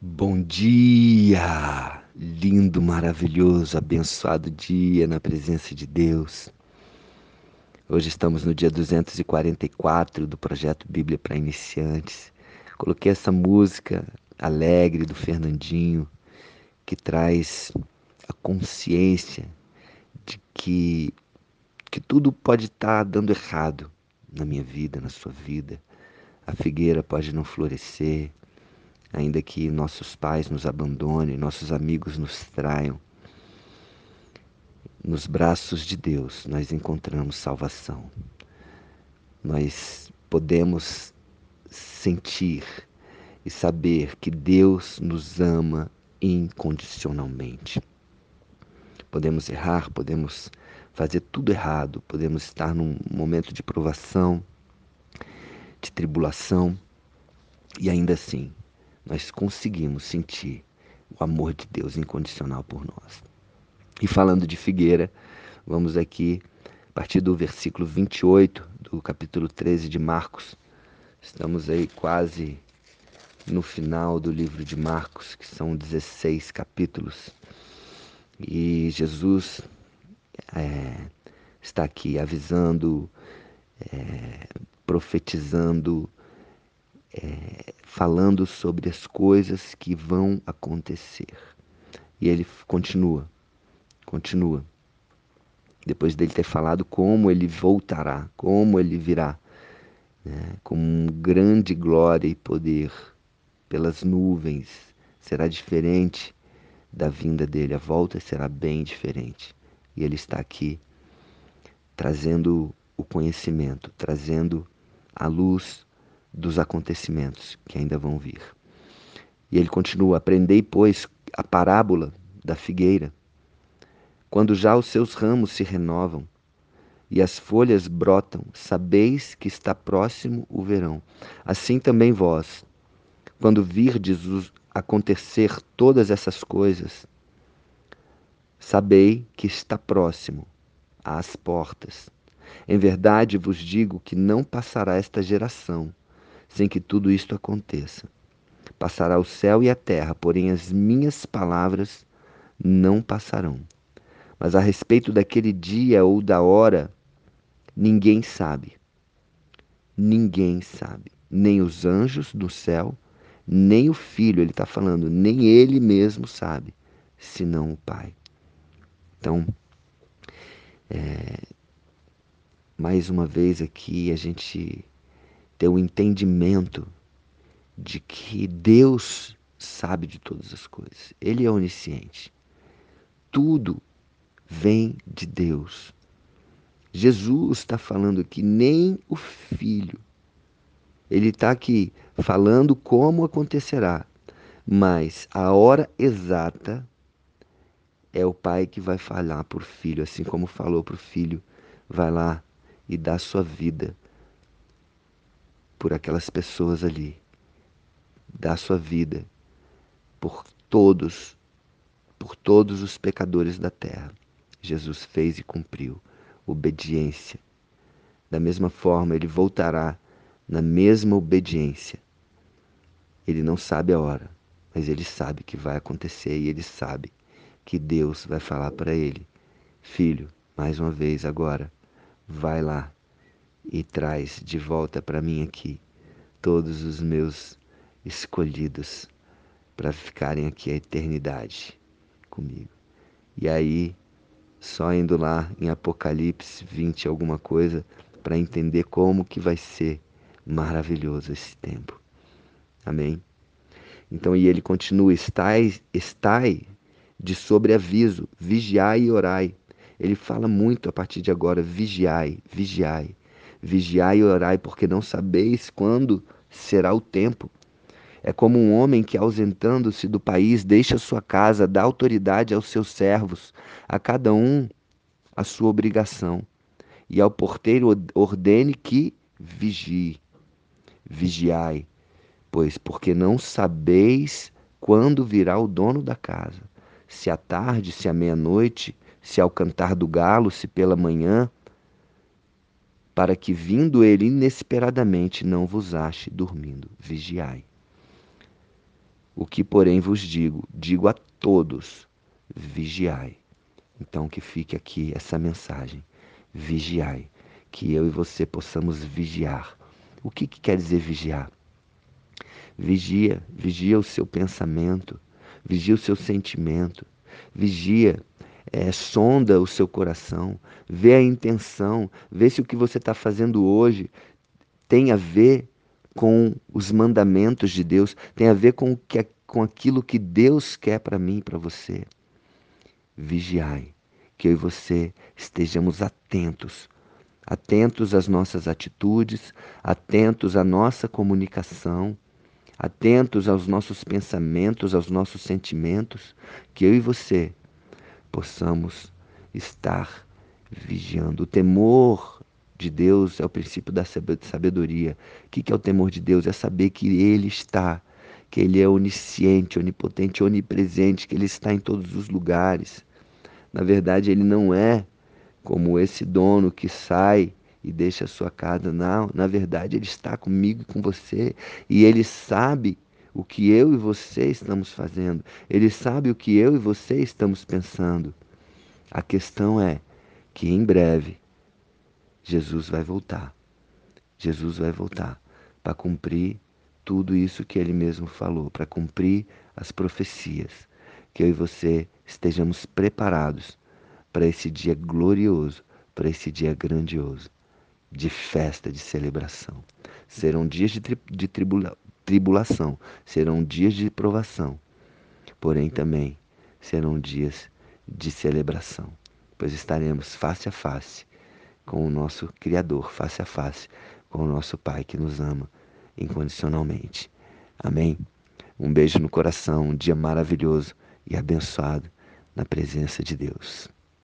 Bom dia! Lindo, maravilhoso, abençoado dia na presença de Deus. Hoje estamos no dia 244 do projeto Bíblia para Iniciantes. Coloquei essa música alegre do Fernandinho, que traz a consciência de que tudo pode estar dando errado na minha vida, na sua vida. A figueira pode não florescer, ainda que nossos pais nos abandonem, nossos amigos nos traiam. Nos braços de Deus nós encontramos salvação. Nós podemos sentir e saber que Deus nos ama incondicionalmente. Podemos errar, podemos fazer tudo errado, podemos estar num momento de provação, de tribulação, e ainda assim nós conseguimos sentir o amor de Deus incondicional por nós. E falando de figueira, vamos aqui a partir do versículo 28 do capítulo 13 de Marcos. Estamos aí quase no final do livro de Marcos, que são 16 capítulos. E Jesus está aqui avisando, profetizando, falando sobre as coisas que vão acontecer. E ele continua. Depois dele ter falado como ele voltará, como ele virá, né, com grande glória e poder pelas nuvens. Será diferente da vinda dele, a volta será bem diferente. E ele está aqui trazendo o conhecimento, trazendo a luz dos acontecimentos que ainda vão vir. E ele continua: aprendei, pois, a parábola da figueira. Quando já os seus ramos se renovam e as folhas brotam, sabeis que está próximo o verão. Assim também vós, quando virdes acontecer todas essas coisas, sabei que está próximo às portas. Em verdade vos digo que não passará esta geração sem que tudo isto aconteça. Passará o céu e a terra, porém as minhas palavras não passarão. Mas a respeito daquele dia ou da hora, ninguém sabe. Ninguém sabe. Nem os anjos do céu, nem o Filho, ele está falando, nem ele mesmo sabe, senão o Pai. Então, mais uma vez aqui, a gente tem o entendimento de que Deus sabe de todas as coisas. Ele é onisciente. Tudo vem de Deus. Jesus está falando que nem o Filho. Ele está aqui falando como acontecerá, mas a hora exata é o pai que vai falar para o filho, assim como falou para o filho, vai lá e dá sua vida por aquelas pessoas ali, dá sua vida por todos, por todos os pecadores da terra. Jesus fez e cumpriu obediência. Da mesma forma, ele voltará na mesma obediência. Ele não sabe a hora, mas ele sabe que vai acontecer e ele sabe que Deus vai falar para ele: filho, mais uma vez agora, vai lá e traz de volta para mim aqui todos os meus escolhidos para ficarem aqui a eternidade comigo. E aí, só indo lá em Apocalipse 20 alguma coisa para entender como que vai ser maravilhoso esse tempo. Amém? Então, e ele continua: estai de sobreaviso, vigiai e orai. Ele fala muito a partir de agora: vigiai, vigiai, vigiai e orai, porque não sabeis quando será o tempo. É como um homem que, ausentando-se do país, deixa sua casa, dá autoridade aos seus servos, a cada um a sua obrigação, e ao porteiro ordene que vigie. Vigiai, pois porque não sabeis quando virá o dono da casa, se à tarde, se à meia-noite, se ao cantar do galo, se pela manhã, para que vindo ele inesperadamente não vos ache dormindo. Vigiai. O que, porém, vos digo, digo a todos, vigiai. Então que fique aqui essa mensagem, vigiai, que eu e você possamos vigiar. O que quer dizer vigiar? Vigia o seu pensamento, vigia o seu sentimento, vigia, sonda o seu coração, vê a intenção, vê se o que você está fazendo hoje tem a ver com os mandamentos de Deus, tem a ver com aquilo que Deus quer para mim e para você. Vigiai, que eu e você estejamos atentos, atentos às nossas atitudes, atentos à nossa comunicação, atentos aos nossos pensamentos, aos nossos sentimentos, que eu e você possamos estar vigiando. O temor de Deus é o princípio da sabedoria. O que é o temor de Deus? É saber que Ele está, que Ele é onisciente, onipotente, onipresente, que Ele está em todos os lugares. Na verdade, Ele não é como esse dono que sai e deixa a sua casa. Não, na verdade, Ele está comigo e com você. E Ele sabe o que eu e você estamos fazendo. Ele sabe o que eu e você estamos pensando. A questão é que em breve Jesus vai voltar. Jesus vai voltar para cumprir tudo isso que Ele mesmo falou, para cumprir as profecias. Que eu e você estejamos preparados para esse dia glorioso, para esse dia grandioso, de festa, de celebração. Serão dias de tribulação, serão dias de provação, porém também serão dias de celebração, pois estaremos face a face com o nosso Criador, face a face com o nosso Pai que nos ama incondicionalmente. Amém? Um beijo no coração, um dia maravilhoso e abençoado na presença de Deus.